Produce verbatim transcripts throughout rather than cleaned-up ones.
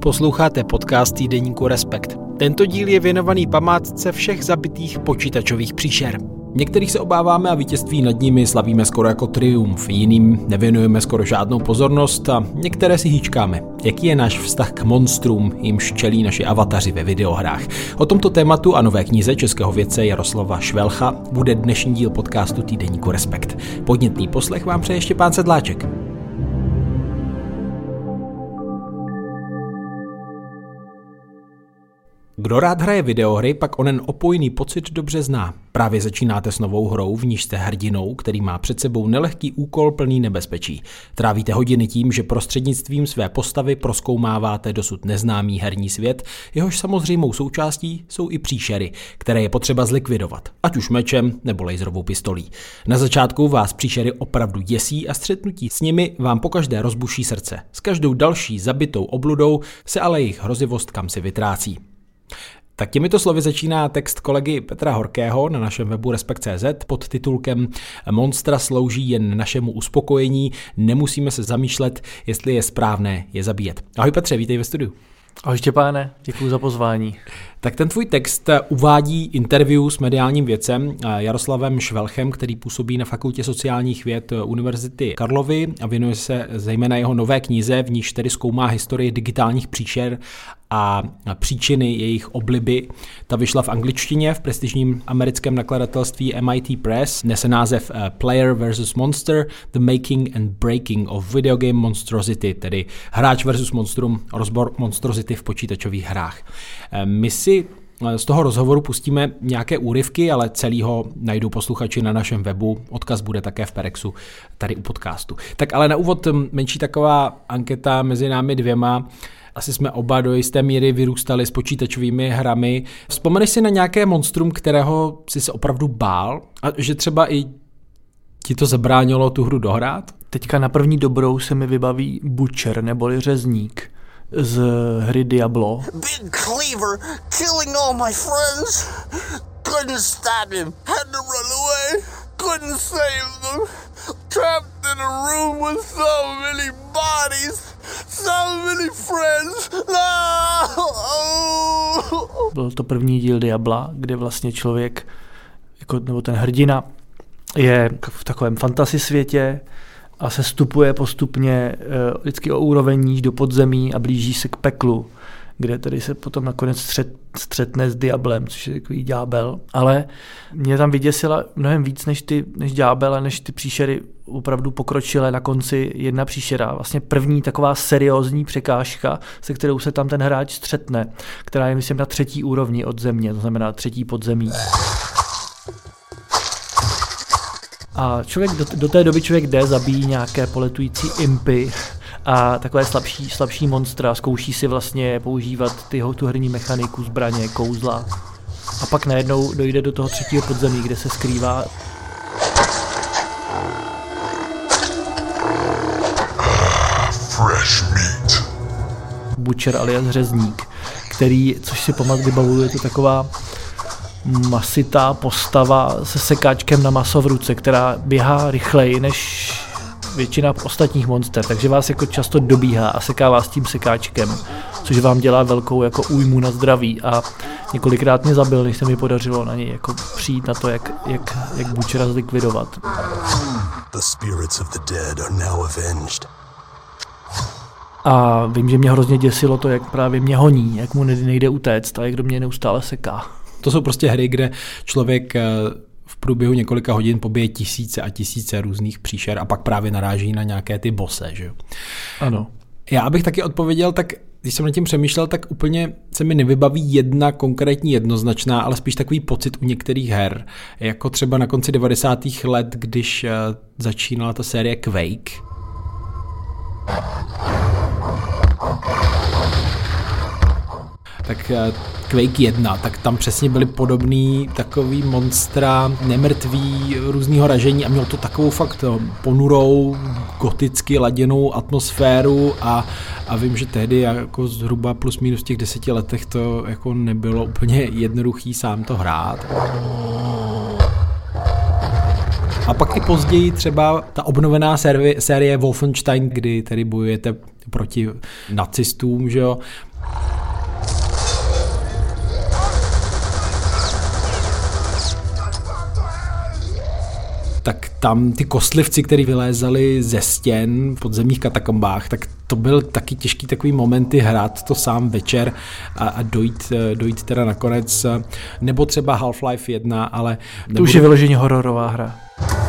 Posloucháte podcast týdeníku Respekt. Tento díl je věnovaný památce všech zabitých počítačových příšer. Některých se obáváme a vítězství nad nimi slavíme skoro jako triumf, jiným nevěnujeme skoro žádnou pozornost a některé si hýčkáme. Jaký je náš vztah k monstrům, jimž čelí naši avataři ve videohrách? O tomto tématu a nové knize českého vědce Jaroslava Švelcha bude dnešní díl podcastu týdeníku Respekt. Podnětný poslech vám přeje Štěpán Sedláček. Kdo rád hraje videohry, pak onen opojný pocit dobře zná. Právě začínáte s novou hrou, v níž jste hrdinou, který má před sebou nelehký úkol plný nebezpečí. Trávíte hodiny tím, že prostřednictvím své postavy prozkoumáváte dosud neznámý herní svět, jehož samozřejmou součástí jsou i příšery, které je potřeba zlikvidovat, ať už mečem nebo laserovou pistolí. Na začátku vás příšery opravdu děsí a střetnutí s nimi vám pokaždé rozbuší srdce. S každou další zabitou obludou se ale jejich hrozivost kamsi vytrácí. Tak těmito slovy začíná text kolegy Petra Horkého na našem webu respekt tečka cé zet pod titulkem Monstra slouží jen našemu uspokojení, nemusíme se zamýšlet, jestli je správné je zabíjet. Ahoj Petře, vítej ve studiu. Ahoj Štěpáne, děkuji za pozvání. Tak ten tvůj text uvádí interview s mediálním vědcem Jaroslavem Švelchem, který působí na Fakultě sociálních věd Univerzity Karlovy a věnuje se zejména jeho nové knize, v níž tedy zkoumá historii digitálních příšer a příčiny jejich obliby. Ta vyšla v angličtině v prestižním americkém nakladatelství M I T Press, nese název Player versus Monster, The Making and Breaking of Video Game Monstrosity, tedy hráč versus monstrum, rozbor monstrosity v počítačových hrách. My si z toho rozhovoru pustíme nějaké úryvky, ale celý ho najdou posluchači na našem webu, odkaz bude také v Perexu tady u podcastu. Tak ale na úvod menší taková anketa mezi námi dvěma. Asi jsme oba do jisté míry vyrůstali s počítačovými hrami. Vzpomeneš si na nějaké monstrum, kterého jsi se opravdu bál? A že třeba i ti to zabránilo tu hru dohrát? Teďka na první dobrou se mi vybaví Butcher neboli řezník z hry Diablo. Big Cleaver killing all my friends. Couldn't stop him. Had to run away. Couldn't save them. Trapped in a room with so many bodies. So many friends. No! Byl to první díl Diabla, kde vlastně člověk, jako, nebo ten hrdina, je v takovém fantasy světě a se stupuje postupně vždycky o úroveň níž do podzemí a blíží se k peklu, kde tedy se potom nakonec střet, střetne s Diablem, což je takový ďábel. Ale mě tam vyděsila mnohem víc než ty, než ďábel a než ty příšery opravdu pokročilé na konci jedna příšera. Vlastně první taková seriózní překážka, se kterou se tam ten hráč střetne, která je myslím na třetí úrovni od země, to znamená třetí podzemí. A člověk do, do té doby člověk jde, zabíjí nějaké poletující impy a takové slabší, slabší monstra, zkouší si vlastně používat ty, tu herní mechaniku, zbraně, kouzla. A pak najednou dojde do toho třetího podzemí, kde se skrývá Fresh meat. Butcher alias řezník, který, což si pamat vybavuju, je to taková masitá postava se sekáčkem na maso v ruce, která běhá rychleji než většina ostatních monster, takže vás jako často dobíhá a seká vás tím sekáčkem, což vám dělá velkou jako újmu na zdraví a několikrát mě zabil, než se mi podařilo na něj jako přijít na to, jak, jak, jak Butchera zlikvidovat. The spirits of the dead are now avenged. A vím, že mě hrozně děsilo to, jak právě mě honí, jak mu nejde utéct a jak do mě neustále seká. To jsou prostě hry, kde člověk v průběhu několika hodin pobije tisíce a tisíce různých příšer a pak právě naráží na nějaké ty bose, že jo? Ano. Já abych taky odpověděl, tak když jsem nad tím přemýšlel, tak úplně se mi nevybaví jedna konkrétní jednoznačná, ale spíš takový pocit u některých her, jako třeba na konci devadesátých let, když začínala ta série Quake. Tak Quake jedna, tak tam přesně byly podobný takový monstra, nemrtví, různýho ražení a mělo to takovou fakt ponurou, goticky laděnou atmosféru a, a vím, že tehdy jako zhruba plus minus těch deseti letech to jako nebylo úplně jednoduchý sám to hrát. A pak i později třeba ta obnovená série, série Wolfenstein, kdy tedy bojujete proti nacistům, že jo. tam ty kostlivci, kteří vylézali ze stěn v podzemních katakombách, tak to byl taky těžký takový momenty hrát to sám večer a, a dojít, dojít teda nakonec, nebo třeba Half-Life jedna, ale... To už je vyloženě hororová hra.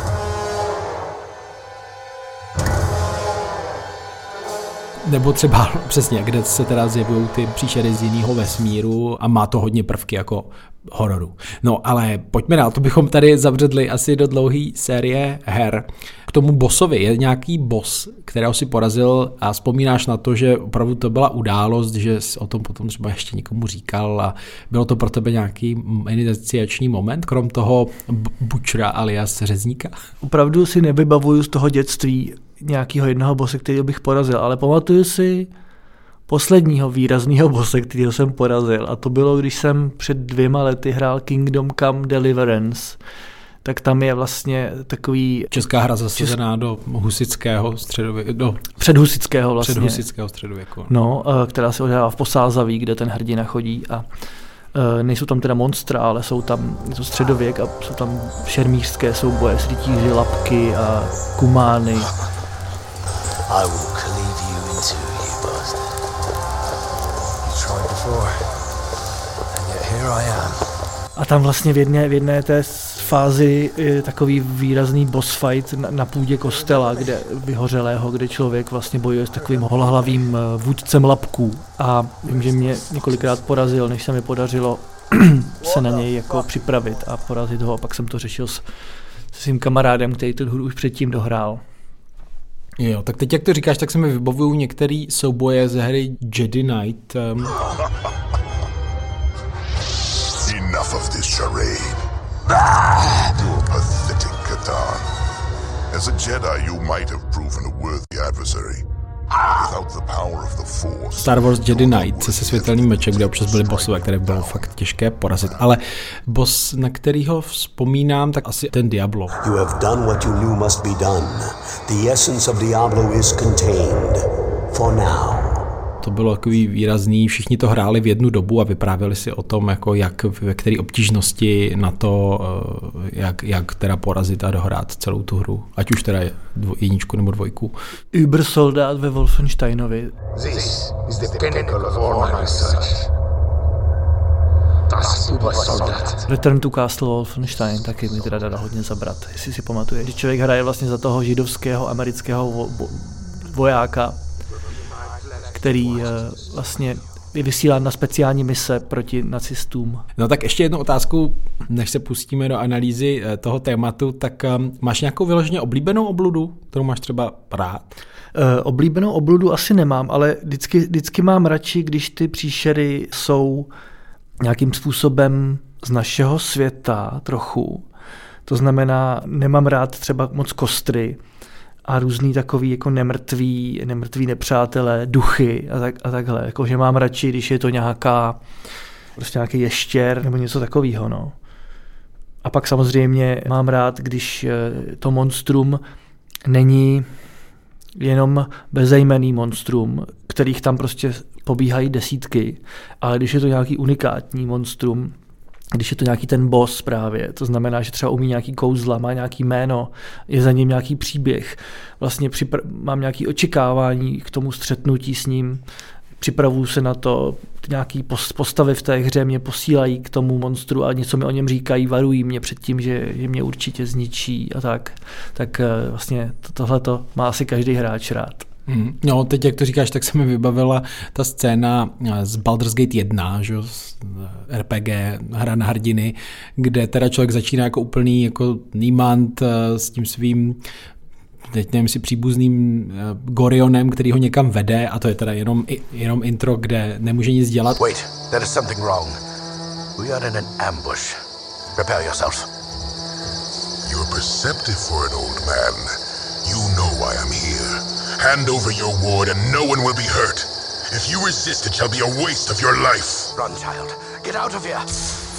Nebo třeba přesně, kde se teda zjevují ty příšery z jiného vesmíru a má to hodně prvky jako hororu. No ale pojďme dál, to bychom tady zavředli asi do dlouhé série her. K tomu bossovi je nějaký boss, kterého si porazil a vzpomínáš na to, že opravdu to byla událost, že jsi o tom potom třeba ještě někomu říkal a bylo to pro tebe nějaký iniciační moment, krom toho Butchera alias řezníka? Opravdu si nevybavuju z toho dětství nějakého jednoho bosse, kterého bych porazil, ale pamatuju si posledního výrazného bosse, kterého jsem porazil, a to bylo, když jsem před dvěma lety hrál Kingdom Come Deliverance, tak tam je vlastně takový... Česká hra zasazená Česk... do husického středověku. Do... Předhusického vlastně. Předhusického středověku. No, která se odehrává v Posázaví, kde ten hrdina chodí a nejsou tam teda monstra, ale jsou tam, je to středověk a jsou tam šermířské souboje s rytíři, lapky a kumány. I will cleave you in two, you bastard. You tried before, and yet here I am. A tam vlastně v jedné, v jedné té fázi je takový výrazný boss fight na, na půdě kostela, kde vyhořelého, kde člověk vlastně bojuje s takovým holhlavým vůdcem lapků. A vím, že mě několikrát porazil, než se mi podařilo se na něj jako připravit a porazit ho. A pak jsem to řešil s, s svým kamarádem, který tu hru už předtím dohrál. Jo, tak teď jak to říkáš, tak se mi vybavují některé souboje ze hry Jedi Knight. Um... Enough of this charade. You're pathetic, Kadan. As a Jedi, you might have proven a worthy adversary. Without the power of the Force. Star Wars Jedi Knight se světelným mečem, kde občas byly bossové, které bylo fakt těžké porazit. Ale boss, na kterýho vzpomínám, tak asi ten Diablo. You have done what you knew must be done. The essence of Diablo is contained. For now. To bylo takový výrazný, všichni to hráli v jednu dobu a vyprávěli si o tom, jako jak, ve které obtížnosti na to, jak, jak teda porazit a dohrát celou tu hru. Ať už teda dvo, jedničku nebo dvojku. Uber soldát ve Wolfensteinovi. This is the pinnacle of all my research. Das Uber soldát. Return to Castle Wolfenstein taky mi teda dala hodně zabrat, jestli si pamatuje. Když člověk hraje vlastně za toho židovského amerického vo, vo, vojáka, který uh, vlastně je vysílán na speciální mise proti nacistům. No tak ještě jednu otázku, než se pustíme do analýzy toho tématu, tak um, máš nějakou vyloženě oblíbenou obludu, kterou máš třeba rád? Uh, oblíbenou obludu asi nemám, ale vždycky, vždycky mám radši, když ty příšery jsou nějakým způsobem z našeho světa trochu. To znamená, nemám rád třeba moc kostry, a různý takový jako nemrtví, nemrtví nepřátelé, duchy a, tak, a takhle. Jako, že mám radši, když je to nějaká, prostě nějaký ještěr nebo něco takového. No. A pak samozřejmě mám rád, když to monstrum není jenom bezejmenný monstrum, kterých tam prostě pobíhají desítky, ale když je to nějaký unikátní monstrum, když je to nějaký ten boss právě, to znamená, že třeba umí nějaký kouzla, má nějaký jméno, je za ním nějaký příběh, vlastně připra- mám nějaké očekávání k tomu střetnutí s ním, připravuju se na to, nějaký postavy v té hře mě posílají k tomu monstru a něco mi o něm říkají, varují mě před tím, že, že mě určitě zničí a tak. Tak vlastně to, tohleto má asi každý hráč rád. Mm. No, teď jak to říkáš, tak se mi vybavila ta scéna z Baldur's Gate jedna, že? R P G, hra na hrdiny, kde teda člověk začíná jako úplný jako nímant s tím svým, teď nevím si příbuzným Gorionem, který ho někam vede a to je teda jenom, jenom intro, kde nemůže nic dělat. Wait, there is something wrong. We are in an ambush. Prepare yourself. You are perceptive for an old man. You know why I'm here. Hand over your ward and no one will be hurt. If you resist, it shall be a waste of your life. Run, child. Get out of here.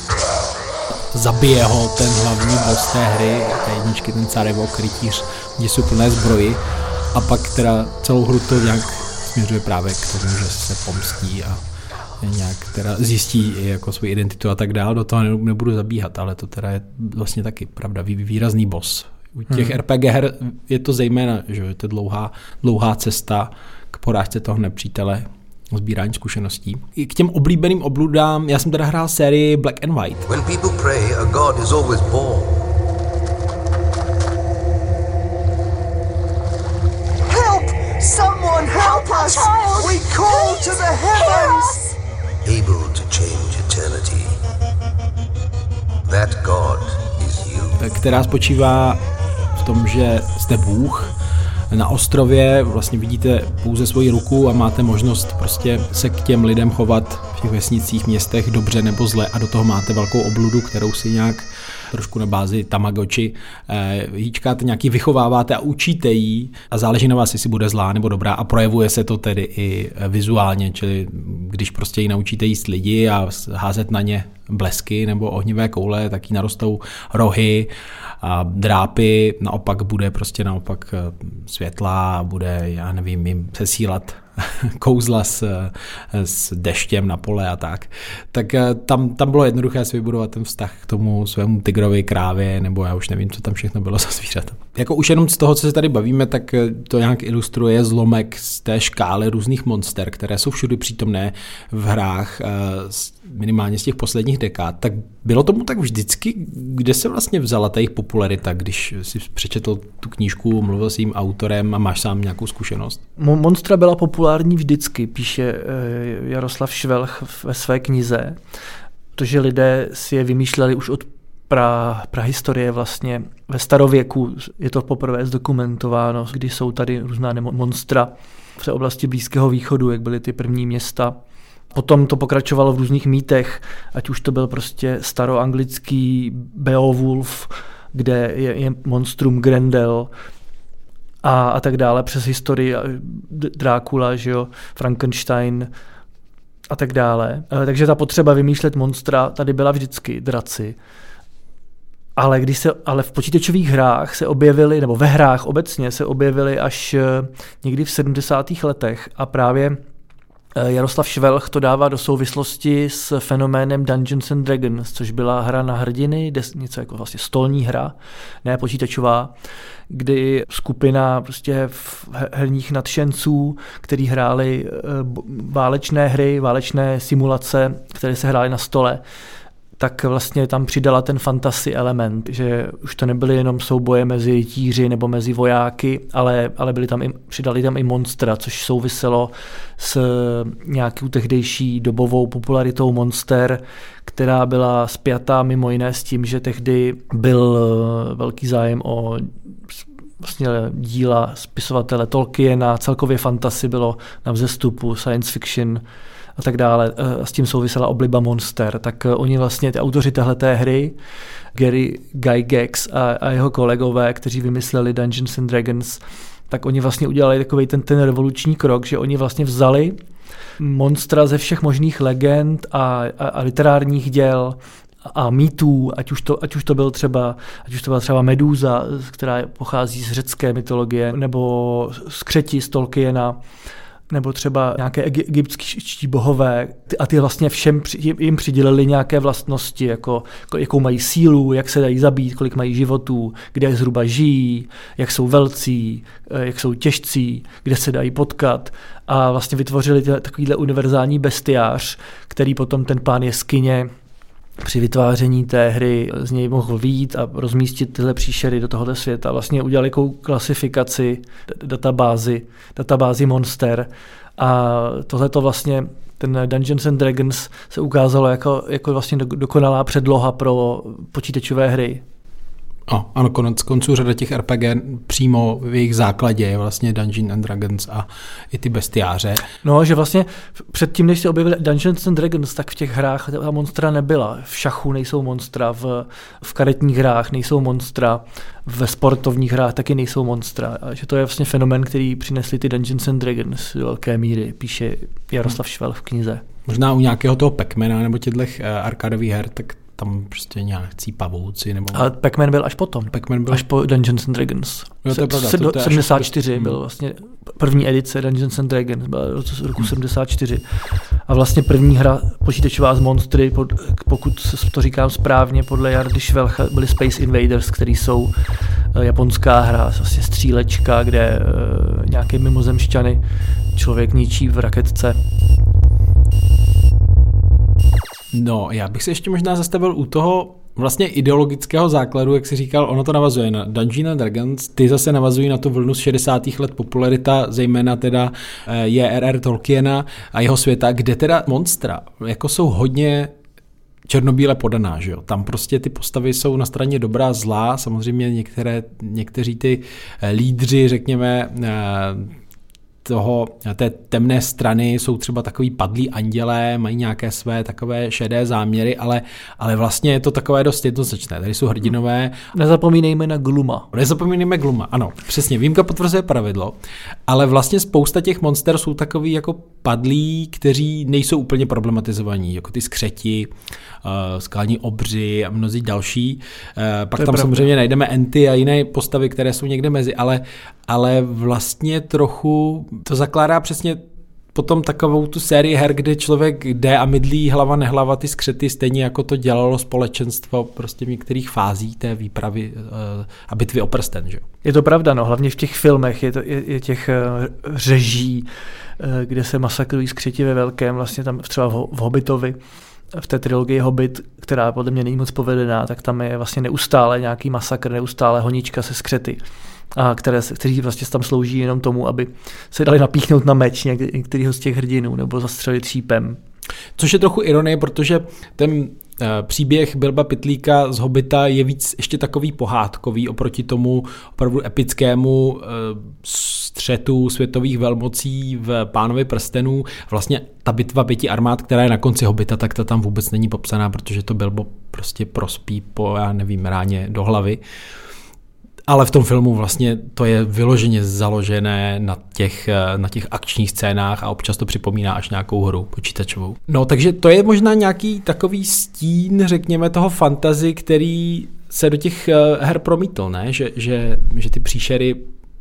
Zabije ho ten hlavní boss té hry, té jedničky, ten Carevok, rytíř, kde jsou plné zbroji a pak teda celou hru to nějak směřuje právě k tomu, že se pomstí a nějak teda zjistí jako svou identitu a tak dál. Do toho nebudu zabíhat, ale to teda je vlastně taky pravda, výrazný boss U těch hmm. R P G her je to zejména, že je to dlouhá, dlouhá cesta k porážce toho nepřítele, sbírání zkušeností. I k těm oblíbeným obludám, já jsem teda hrál sérii Black and White. When people pray, a god is always born. Help! Someone help us! We call to the heavens! Able to change eternity. That god is you. Která spočívá v tom, že jste Bůh na ostrově, vlastně vidíte pouze svoji ruku a máte možnost prostě se k těm lidem chovat v těch vesnicích, městech dobře nebo zle a do toho máte velkou obludu, kterou si nějak trošku na bázi Tamagotchi eh, hýčkáte, nějaký vychováváte a učíte jí a záleží na vás, jestli bude zlá nebo dobrá a projevuje se to tedy i vizuálně, čili když prostě ji naučíte jíst lidi a házet na ně blesky nebo ohnivé koule, tak jí narostou rohy a drápy, naopak bude prostě naopak světlá a bude, já nevím, jim sesílat kouzla s, s deštěm na pole a tak. Tak tam, tam bylo jednoduché si vybudovat ten vztah k tomu svému tygrovi, krávě, nebo já už nevím, co tam všechno bylo za zvířata. Jako už jenom z toho, co se tady bavíme, tak to nějak ilustruje zlomek z té škály různých monster, které jsou všude přítomné v hrách, minimálně z těch posledních dekád. Tak bylo tomu tak vždycky, kde se vlastně vzala ta jejich popularita, když si přečetl tu knížku, mluvil s jím autorem a máš sám nějakou zkušenost? Monstra byla populární vždycky, píše Jaroslav Švelch ve své knize, protože lidé si je vymýšleli už od pra, prahistorie vlastně. Ve starověku je to poprvé zdokumentováno, kdy jsou tady různá monstra v oblasti Blízkého východu, jak byly ty první města. Potom to pokračovalo v různých mýtech, ať už to byl prostě staroanglický Beowulf, kde je, je monstrum Grendel, A, a tak dále, přes historii Drákula, že jo, Frankenstein a tak dále. Takže ta potřeba vymýšlet monstra tady byla vždycky, draci. Ale, když se, ale v počítačových hrách se objevily, nebo ve hrách obecně se objevily až někdy v sedmdesátých letech a právě Jaroslav Švelch to dává do souvislosti s fenoménem Dungeons and Dragons, což byla hra na hrdiny, něco jako vlastně stolní hra, ne počítačová, kdy skupina prostě herních nadšenců, kteří hráli válečné hry, válečné simulace, které se hrály na stole, tak vlastně tam přidala ten fantasy element, že už to nebyly jenom souboje mezi rytíři nebo mezi vojáky, ale, ale byli tam i, přidali tam i monstra, což souviselo s nějakou tehdejší dobovou popularitou monster, která byla spjatá mimo jiné s tím, že tehdy byl velký zájem o vlastně díla spisovatele Tolkiena, celkově fantasy bylo na vzestupu, science fiction a tak dále. S tím souvisela obliba monster. Tak oni vlastně, ty autoři téhleté hry, Gary Gygax a, a jeho kolegové, kteří vymysleli Dungeons and Dragons, tak oni vlastně udělali takový ten, ten revoluční krok, že oni vlastně vzali monstra ze všech možných legend a, a, a literárních děl a mýtů, ať už to, ať už to byl třeba, ať už to byla třeba Medúza, která pochází z řecké mytologie, nebo skřeti z Tolkiena, nebo třeba nějaké egyptští bohové a ty vlastně všem jim přidělili nějaké vlastnosti, jako jakou mají sílu, jak se dají zabít, kolik mají životů, kde zhruba žijí, jak jsou velcí, jak jsou těžcí, kde se dají potkat a vlastně vytvořili takovýhle univerzální bestiář, který potom ten pán jeskyně při vytváření té hry z něj mohl vyjít a rozmístit tyhle příšery do tohoto světa. Vlastně udělali jakou klasifikaci, databázi, databázi monster a tohleto vlastně ten Dungeons and Dragons se ukázalo jako, jako vlastně dokonalá předloha pro počítačové hry. Oh, ano, konec konců řada těch R P G přímo v jejich základě je vlastně Dungeons and Dragons a i ty bestiáře. No, že vlastně předtím, než se objevily Dungeons and Dragons, tak v těch hrách ta monstra nebyla. V šachu nejsou monstra, v, v karetních hrách nejsou monstra, ve sportovních hrách taky nejsou monstra. A že to je vlastně fenomén, který přinesli ty Dungeons and Dragons do velké míry, píše Jaroslav Švelch v knize. Možná u nějakého toho Pac-Mana nebo těchto uh, arkádových her, tak tam prostě nějaký pavouci nebo... Ale Pac-Man byl až potom. Pac-Man byl až po Dungeons and Dragons. Jo, to je pravda, Se, to, to je sedmdesát čtyři až... byl vlastně první edice Dungeons and Dragons, byla z roku sedmdesát čtyři. A vlastně první hra počítačová z monstry, pod, pokud to říkám správně, podle Jardy Švelcha, byly Space Invaders, který jsou japonská hra, vlastně střílečka, kde nějaké mimozemšťany člověk ničí v raketce. No, já bych se ještě možná zastavil u toho vlastně ideologického základu, jak jsi říkal, ono to navazuje na Dungeons and Dragons, ty zase navazují na tu vlnu z šedesátých let popularita, zejména teda J R R Tolkiena a jeho světa, kde teda monstra jako jsou hodně černobíle podaná, že jo. Tam prostě ty postavy jsou na straně dobrá, zlá, samozřejmě některé, někteří ty lídři, řekněme, toho, té temné strany jsou třeba takový padlí andělé, mají nějaké své takové šedé záměry, ale, ale vlastně je to takové dost jednoznačné. Tady jsou hrdinové. Nezapomínejme na Gluma. Nezapomínejme Gluma, ano, přesně. Výjimka potvrzuje pravidlo, ale vlastně spousta těch monster jsou takový jako padlí, kteří nejsou úplně problematizovaní, jako ty skřeti, skalní obři a mnozí další. Pak tam pravda. Samozřejmě najdeme enty a jiné postavy, které jsou někde mezi, ale, ale vlastně trochu to zakládá přesně potom takovou tu sérii her, kde člověk jde a mydlí hlava nehlava ty skřety, stejně jako to dělalo společenstvo prostě v některých fázích té výpravy a bitvy o prsten. Že? Je to pravda, no, hlavně v těch filmech je, to, je, je těch řeží, kde se masakrují skřeti ve velkém, vlastně tam třeba v, v Hobbitovi, v té trilogii Hobbit, která podle mě není moc povedená, tak tam je vlastně neustále nějaký masakr, neustále honička se skřety, a které, kteří vlastně tam slouží jenom tomu, aby se dali napíchnout na meč některého z těch hrdinů nebo zastřelit šípem. Což je trochu ironie, protože ten příběh Bilba Pytlíka z Hobita je víc ještě takový pohádkový oproti tomu opravdu epickému střetu světových velmocí v Pánovi prstenů. Vlastně ta bitva pěti armád, která je na konci Hobita, tak ta tam vůbec není popsaná, protože to Bilbo prostě prospí po, já nevím, ráně do hlavy. Ale v tom filmu vlastně to je vyloženě založené na těch, na těch akčních scénách a občas to připomíná až nějakou hru počítačovou. No takže to je možná nějaký takový stín, řekněme, toho fantasy, který se do těch her promítl, ne? Že, že, že ty příšery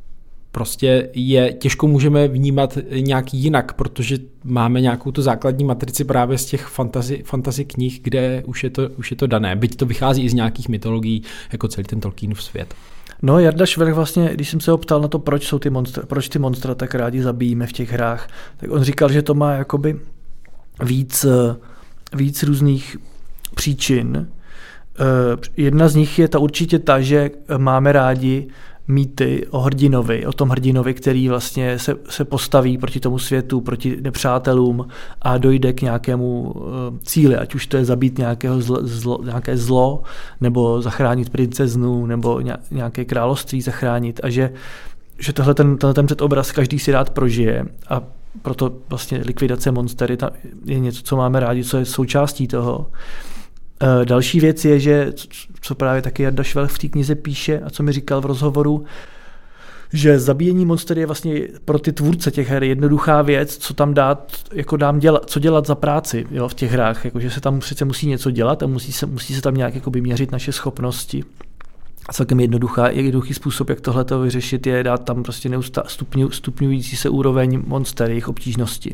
prostě je těžko můžeme vnímat nějak jinak, protože máme nějakou tu základní matrici právě z těch fantasy, fantasy knih, kde už je, to, už je to dané. Byť to vychází i z nějakých mytologií, jako celý ten Tolkienův svět. No, Jarda Šverch vlastně, když jsem se ho ptal na to, proč jsou ty monstra, proč ty monstra tak rádi zabíjíme v těch hrách, tak on říkal, že to má jakoby víc, víc různých příčin. Jedna z nich je ta určitě ta, že máme rádi mýty o hrdinovi, o tom hrdinovi, který vlastně se, se postaví proti tomu světu, proti nepřátelům a dojde k nějakému uh, cíli, ať už to je zabít nějakého zlo, zlo, nějaké zlo, nebo zachránit princeznu, nebo nějaké království zachránit a že, že tohle ten, tenhle ten předobraz každý si rád prožije a proto vlastně likvidace monster je něco, co máme rádi, co je součástí toho. Další věc je, že co právě taky Jarda Šverch v té knize píše a co mi říkal v rozhovoru, že zabíjení monster je vlastně pro ty tvůrce těch her jednoduchá věc, co tam dát, jako dám dělat, co dělat za práci, jo, v těch hrách, jako, že se tam přece musí něco dělat a musí se, musí se tam nějak jakoby měřit naše schopnosti. A celkem jednoduchá, jednoduchý způsob, jak tohleto vyřešit, je dát tam prostě neustá, stupňu, stupňující se úroveň monster, jejich obtížnosti.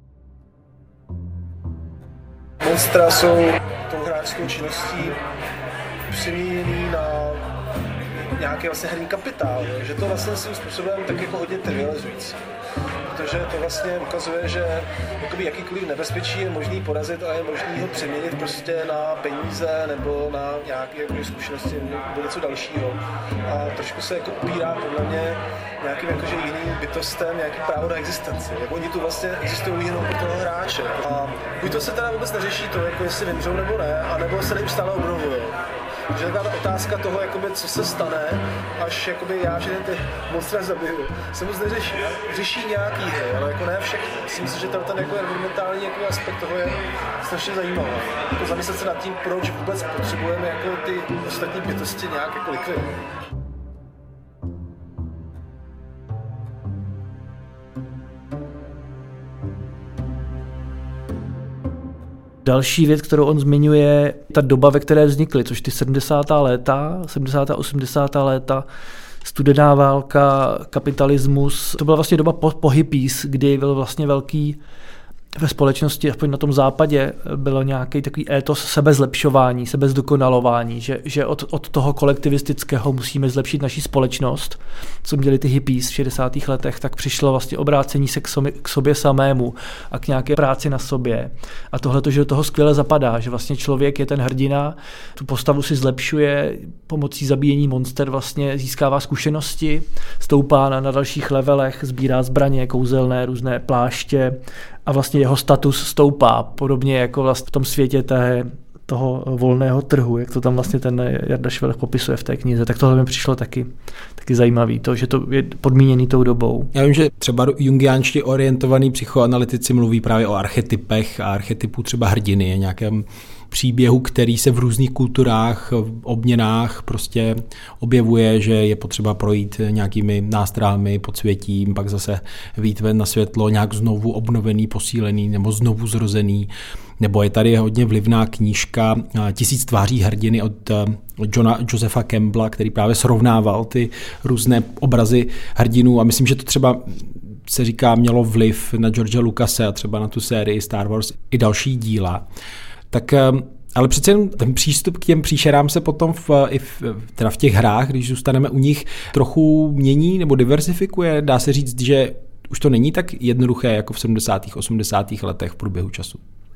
Monstra jsou tou hráčskou činností přeměněný na nějaký vlastně herní kapitál, že to vlastně svým způsobem tak jako hodně trivializující. Protože to vlastně ukazuje, že jakoby jakýkoliv nebezpečí je možný porazit a je možný ho přeměnit prostě na peníze nebo na nějaké jako zkušenosti nebo něco dalšího. A trošku se jako upírá podle mě nějakým jakože jiným bytostem nějaký právo na existenci. Jako oni tu vlastně existují jenom pro toho hráče. A buď to se teda vůbec neřeší to, jako jestli vymřou nebo ne, anebo se neustále obnovují. Že ta otázka toho, jakoby, co se stane, až jakoby, já všechny ty monstra zabiju, se moc neřeší. Řeší nějaký hry, ale jako ne všechny. Myslím si, že ten, ten jako environmentální jako aspekt toho je strašně zajímavý. Jako zamyslet se nad tím, proč vůbec potřebujeme jako ty ostatní bytosti nějak jako likvidovat. Další věc, kterou on zmiňuje, je ta doba, ve které vznikly, což ty sedmdesátá léta, sedmdesátá osmdesátá léta, studená válka, kapitalismus. To byla vlastně doba po, po hippies, kdy byl vlastně velký, ve společnosti, aspoň na tom západě, bylo nějaký takový étos sebezlepšování, sebezdokonalování, že, že od, od toho kolektivistického musíme zlepšit naši společnost, co měli ty hippies v šedesátých letech, tak přišlo vlastně obrácení se k, sobě, k sobě samému a k nějaké práci na sobě. A tohle to, že do toho skvěle zapadá, že vlastně člověk je ten hrdina, tu postavu si zlepšuje, pomocí zabíjení monster vlastně získává zkušenosti, stoupá na, na dalších levelech, sbírá zbraně, kouzelné, různé pláště, a vlastně jeho status stoupá, podobně jako vlastně v tom světě té, toho volného trhu, jak to tam vlastně ten Jarda Švelch popisuje v té knize, tak tohle mi přišlo taky, taky zajímavý, to, že to je podmíněný tou dobou. Já vím, že třeba jungiánští orientovaní psychoanalytici mluví právě o archetypech a archetypu třeba hrdiny, je nějakém příběhu, který se v různých kulturách, v obměnách prostě objevuje, že je potřeba projít nějakými nástrahami, podsvětím, pak zase vyjít ven na světlo, nějak znovu obnovený, posílený nebo znovu zrozený. Nebo je tady hodně vlivná knížka Tisíc tváří hrdiny od Johna Josepha Campbella, který právě srovnával ty různé obrazy hrdinů a myslím, že to třeba se říká mělo vliv na George Lucase a třeba na tu sérii Star Wars i další díla. Tak, ale přece jen ten přístup k těm příšerám se potom v, i v, teda v těch hrách, když zůstaneme u nich, trochu mění nebo diversifikuje. Dá se říct, že už to není tak jednoduché jako v sedmdesátých osmdesátých letech v průběhu času.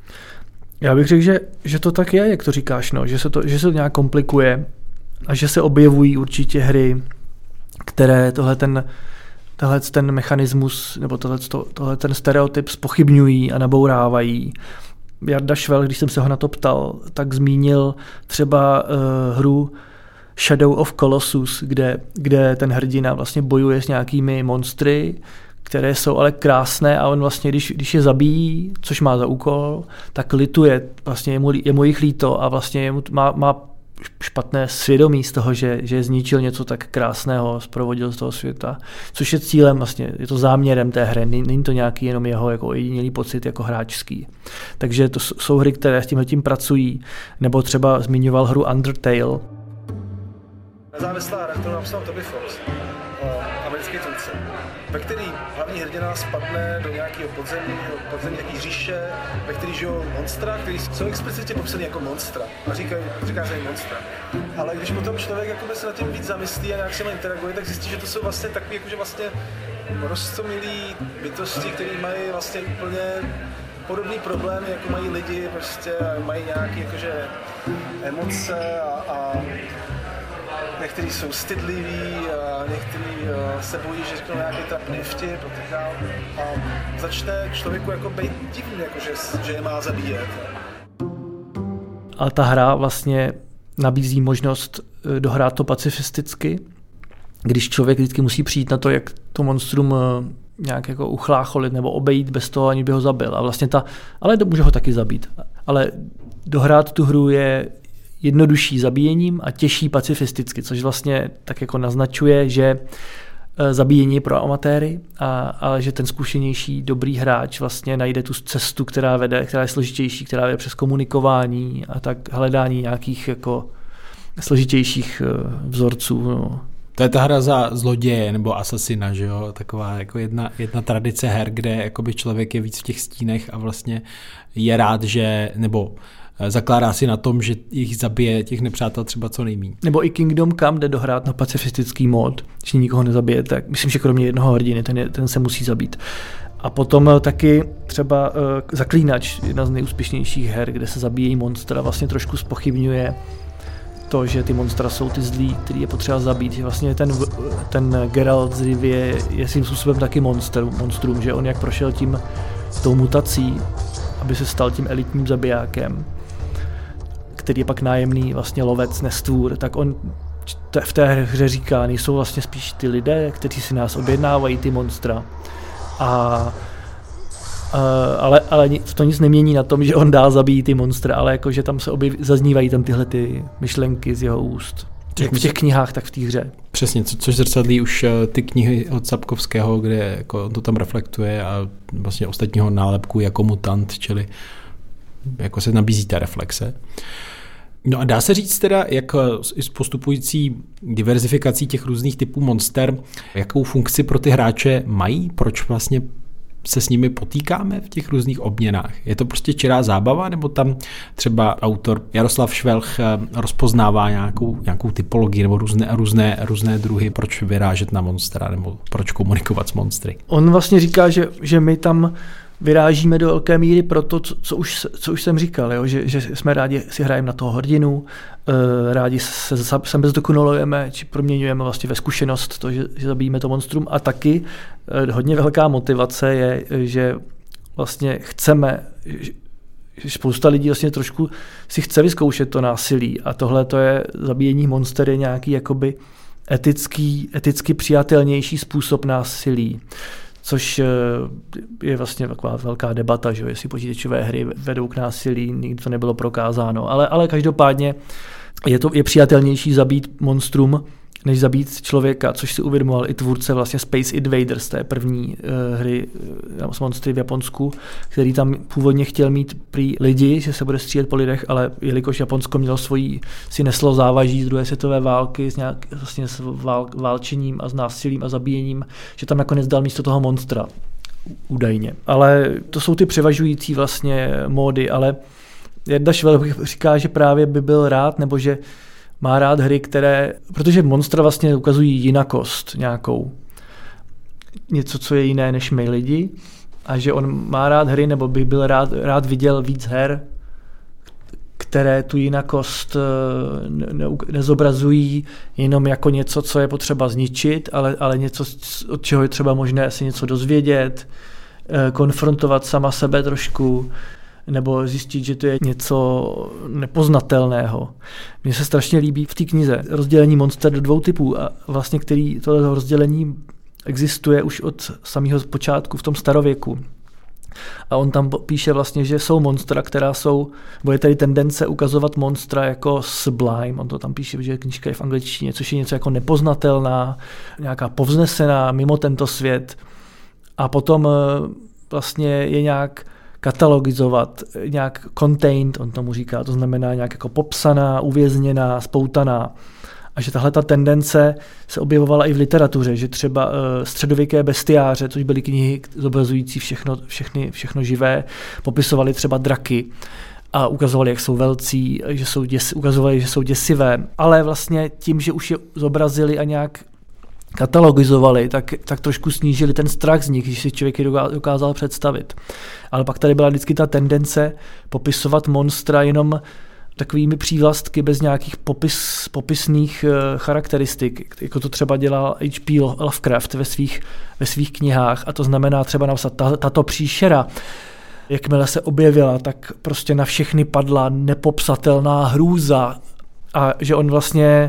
Já bych řekl, že, že to tak je, jak to říkáš, no, že, se to, že se to nějak komplikuje a že se objevují určitě hry, které tohle ten, tohle ten mechanismus nebo tohle, tohle ten stereotyp zpochybňují a nabourávají. Jarda Švelch, když jsem se ho na to ptal, tak zmínil třeba uh, hru Shadow of Colossus, kde, kde ten hrdina vlastně bojuje s nějakými monstry, které jsou ale krásné a on vlastně, když, když je zabíjí, což má za úkol, tak lituje, vlastně je mu, je mu jich líto a vlastně je mu, má, má špatné svědomí z toho, že, že zničil něco tak krásného, zprovodil z toho světa, což je cílem, vlastně, je to záměrem té hry, není to nějaký jenom jeho jako jedinělý pocit jako hráčský. Takže to jsou hry, které s tímhletím pracují, nebo třeba zmiňoval hru Undertale. Nezávislá hra, kterou napsal Toby Fox, americký tvůrce, ve který hlavní hrdina spadne do nějakého podzemí, podzemí nějaký říše, ve který žijou monstra, který jsou explicitně popsaný jako monstra. A říkají, říká se jim monstra. Ale když potom člověk jakoby se na tím víc zamyslí a nějak se interaguje, tak zjistí, že to jsou vlastně takový, jakože vlastně roztomilý bytosti, které mají vlastně úplně podobný problémy, jako mají lidi, prostě mají nějaké jakože emoce a, a někteří jsou stydliví, a někteří se bojí, že řeknou nějaký trapný vtip a tak dále. A začne člověku jako být divný, jako že, že je má zabíjet. A ta hra vlastně nabízí možnost dohrát to pacifisticky, když člověk vždycky musí přijít na to, jak to monstrum nějak jako uchlácholit nebo obejít bez toho, ani by ho zabil. A vlastně ta, ale může ho taky zabít. Ale dohrát tu hru je jednodušší zabíjením a těžší pacifisticky, což vlastně tak jako naznačuje, že zabíjení je pro amatéry, a, a že ten zkušenější dobrý hráč vlastně najde tu cestu, která vede, která je složitější, která vede přes komunikování a tak hledání nějakých jako složitějších vzorců. No. To je ta hra za zloděje nebo asasina, že jo? Taková jako jedna, jedna tradice her, kde jakoby člověk je víc v těch stínech a vlastně je rád, že nebo zakládá si na tom, že jich zabije těch nepřátel třeba co nejméně. Nebo i Kingdom Come jde dohrát na pacifistický mod, když nikoho nezabije, tak myslím, že kromě jednoho hrdiny, ten, je, ten se musí zabít. A potom taky třeba uh, Zaklínač, jedna z nejúspěšnějších her, kde se zabíjejí monstra, vlastně trošku zpochybňuje to, že ty monstra jsou ty zlí, který je potřeba zabít. Že vlastně ten, ten Geralt z Rivie je svým způsobem taky monster, monstrum, že on jak prošel tím tou mutací, aby se stal tím elitním zabijákem, který je pak nájemný vlastně lovec, nestvůr, tak on v té hře říká, nejsou vlastně spíš ty lidé, kteří si nás objednávají, ty monstra. A Uh, ale, ale to nic nemění na tom, že on dál zabíjí ty monstra, ale jako, že tam se objev, zaznívají tam tyhle ty myšlenky z jeho úst. Jak v těch knihách, tak v té hře. Přesně, co, což zrcadlí už ty knihy od Sapkovského, kde jako to tam reflektuje a vlastně ostatního nálepku jako mutant, čili jako se nabízí ta reflexe. No a dá se říct teda, jak s postupující diverzifikací těch různých typů monster, jakou funkci pro ty hráče mají, proč vlastně se s nimi potýkáme v těch různých obměnách? Je to prostě čirá zábava, nebo tam třeba autor Jaroslav Švelch rozpoznává nějakou, nějakou typologii nebo různé, různé, různé druhy, proč vyrážet na monstra nebo proč komunikovat s monstry? On vlastně říká, že, že my tam vyrážíme do velké míry pro to, co, co, už, co už jsem říkal, jo? Že, že jsme rádi si hrajeme na toho hrdinu, rádi se sebe zdokonalujeme, či proměňujeme vlastně ve zkušenost to, že, že zabijíme to monstrum, a taky hodně velká motivace je, že vlastně chceme, že spousta lidí vlastně trošku si chce vyzkoušet to násilí, a tohle to je zabíjení monster je nějaký jakoby etický, eticky přijatelnější způsob násilí. Což je vlastně taková velká debata, že jestli počítačové hry vedou k násilí, nikdy to nebylo prokázáno. Ale, ale každopádně je to je přijatelnější zabít monstrum, než zabít člověka, což si uvědomoval i tvůrce vlastně Space Invaders, té první uh, hry uh, s monstry v Japonsku, který tam původně chtěl mít prý lidi, že se bude střílet po lidech, ale jelikož Japonsko mělo svojí, si neslo závaží z druhé světové války s, nějak, vlastně s vál, válčením a s násilím a zabíjením, že tam nakonec dal místo toho monstra údajně. Ale to jsou ty převažující vlastně módy, ale Jarda Švelch říká, že právě by byl rád, nebo že má rád hry, které, protože monstra vlastně ukazují jinakost nějakou, něco, co je jiné než my lidi, a že on má rád hry, nebo by byl rád, rád viděl víc her, které tu jinakost ne, ne, nezobrazují jenom jako něco, co je potřeba zničit, ale, ale něco, od čeho je třeba možné si něco dozvědět, konfrontovat sama sebe trošku, nebo zjistit, že to je něco nepoznatelného. Mně se strašně líbí v té knize rozdělení monster do dvou typů, a vlastně který tohle rozdělení existuje už od samého počátku v tom starověku. A on tam píše vlastně, že jsou monstra, která jsou, bo je tady tendence ukazovat monstra jako sublime, on to tam píše, že knížka je v angličtině, což je něco jako nepoznatelná, nějaká povznesená mimo tento svět. A potom vlastně je nějak katalogizovat, nějak contained, on tomu říká, to znamená nějak jako popsaná, uvězněná, spoutaná. A že tahle ta tendence se objevovala i v literatuře, že třeba uh, středověké bestiáře, což byly knihy zobrazující všechno, všechny, všechno živé, popisovali třeba draky a ukazovali, jak jsou velcí, že jsou děs, ukazovali, že jsou děsivé, ale vlastně tím, že už je zobrazili a nějak katalogizovali, tak, tak trošku snížili ten strach z nich, když si člověk je dokázal představit. Ale pak tady byla vždycky ta tendence popisovat monstra jenom takovými přívlastky bez nějakých popis, popisných uh, charakteristik, jako to třeba dělal H P Lovecraft ve svých, ve svých knihách, a to znamená třeba napsat ta, tato příšera, jakmile se objevila, tak prostě na všechny padla nepopsatelná hrůza, a že on vlastně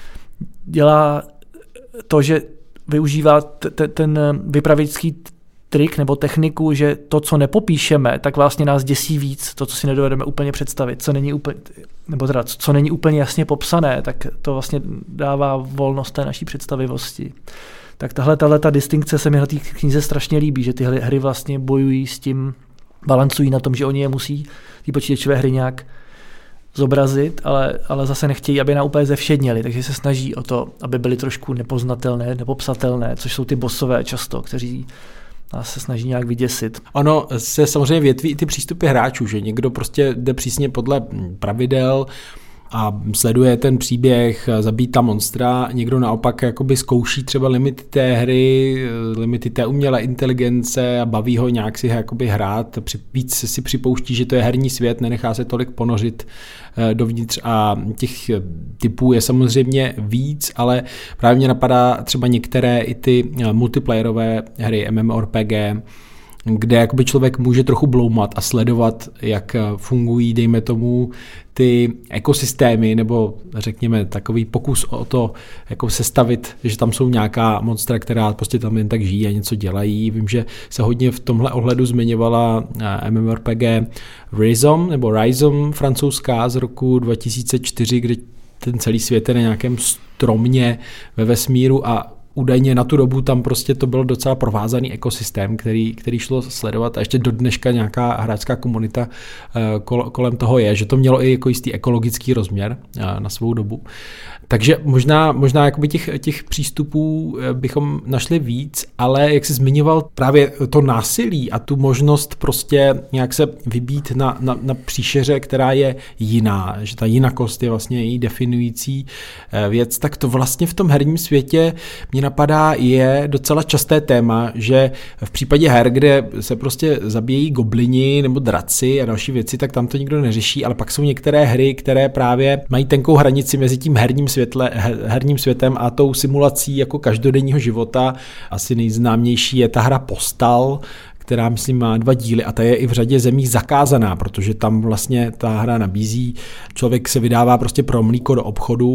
dělá to, že využívá t- t- ten vypravěčský trik nebo techniku, že to, co nepopíšeme, tak vlastně nás děsí víc, to, co si nedovedeme úplně představit, co není úplně, nebo teda, co není úplně jasně popsané, tak to vlastně dává volnost té naší představivosti. Tak tahle, tahle ta distinkce se mi na té knize strašně líbí, že ty hry vlastně bojují s tím, balancují na tom, že oni je musí, ty počítačové hry nějak zobrazit, ale, ale zase nechtějí, aby nám úplně zevšedněli, takže se snaží o to, aby byly trošku nepoznatelné, nepopsatelné, což jsou ty bossové často, kteří nás se snaží nějak vyděsit. Ono se samozřejmě větví i ty přístupy hráčů, že někdo prostě jde přísně podle pravidel a sleduje ten příběh, zabíjí ta monstra, někdo naopak jakoby zkouší třeba limity té hry, limity té umělé inteligence a baví ho nějak si jakoby hrát, víc si připouští, že to je herní svět, nenechá se tolik ponořit dovnitř, a těch typů je samozřejmě víc, ale právě mě napadá třeba některé i ty multiplayerové hry MMORPG, kde jakoby člověk může trochu bloumat a sledovat, jak fungují, dejme tomu, ty ekosystémy, nebo řekněme takový pokus o to, jako sestavit, že tam jsou nějaká monstra, která prostě tam jen tak žijí a něco dělají. Vím, že se hodně v tomhle ohledu zmiňovala MMORPG Rhizome, nebo Rhizome francouzská z roku dva tisíce čtyři, kde ten celý svět je na nějakém stromě ve vesmíru a údajně na tu dobu tam prostě to byl docela provázaný ekosystém, který, který šlo sledovat a ještě do dneška nějaká hráčská komunita kolem toho je, že to mělo i jako jistý ekologický rozměr na svou dobu. Takže možná, možná jakoby těch, těch přístupů bychom našli víc, ale jak jsi zmiňoval právě to násilí a tu možnost prostě nějak se vybít na, na, na příšeře, která je jiná, že ta jinakost je vlastně její definující věc, tak to vlastně v tom herním světě mě napadá je docela časté téma, že v případě her, kde se prostě zabíjejí goblini nebo draci a další věci, tak tam to nikdo neřeší, ale pak jsou některé hry, které právě mají tenkou hranici mezi tím herním světle, herním světem a tou simulací jako každodenního života. Asi nejznámější je ta hra Postal, která, myslím, má dva díly a ta je i v řadě zemí zakázaná, protože tam vlastně ta hra nabízí, člověk se vydává prostě pro mlíko do obchodu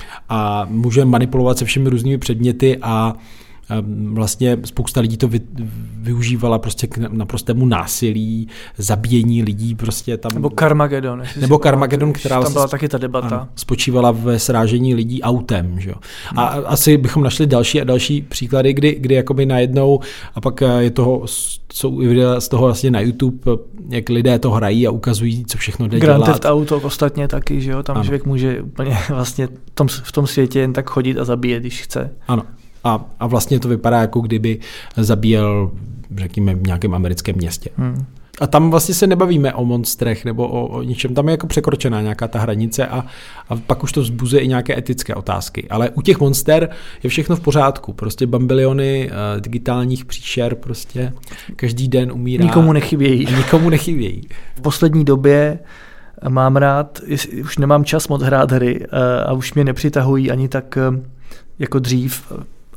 a může manipulovat se všemi různými předměty a vlastně spousta lidí to vy, využívala prostě k naprostému násilí, zabíjení lidí prostě tam. Nebo Carmageddon. Nebo Carmageddon, která tam vlastně byla taky ta debata. Ano, spočívala ve srážení lidí autem. Že? A hmm. asi bychom našli další a další příklady, kdy, kdy jakoby najednou a pak je toho, jsou i videa z toho vlastně na YouTube, jak lidé to hrají a ukazují, co všechno jde dělat. Grand Theft Auto ostatně taky, že jo? Tam ano. Člověk může úplně vlastně v tom, v tom světě jen tak chodit a zabíjet, když chce. Ano. A, a vlastně to vypadá, jako kdyby zabíjel, řekněme, v nějakém americkém městě. Hmm. A tam vlastně se nebavíme o monstrech nebo o, o ničem. Tam je jako překročená nějaká ta hranice a, a pak už to vzbuzuje i nějaké etické otázky. Ale u těch monster je všechno v pořádku. Prostě bambiliony uh, digitálních příšer prostě každý den umírá. Nikomu nechybějí. Nikomu nechybějí. V poslední době mám rád, už nemám čas moc hrát hry uh, a už mě nepřitahují ani tak uh, jako dřív,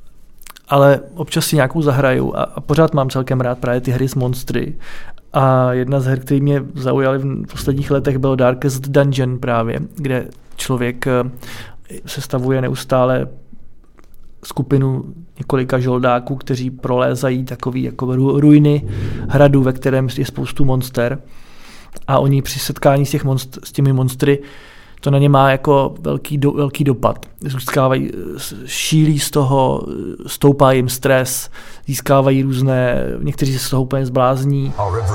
ale občas si nějakou zahraju a, a pořád mám celkem rád právě ty hry s monstry. A jedna z her, které mě zaujaly v posledních letech, bylo Darkest Dungeon právě, kde člověk sestavuje neustále skupinu několika žoldáků, kteří prolézají takový jako ruiny hradu, ve kterém je spoustu monster. A oni při setkání s, těch monst- s těmi monstry to na ně má jako velký, do, velký dopad. Získávají, šílí z toho, stoupá jim stres, získávají různé, někteří se z toho úplně zblázní.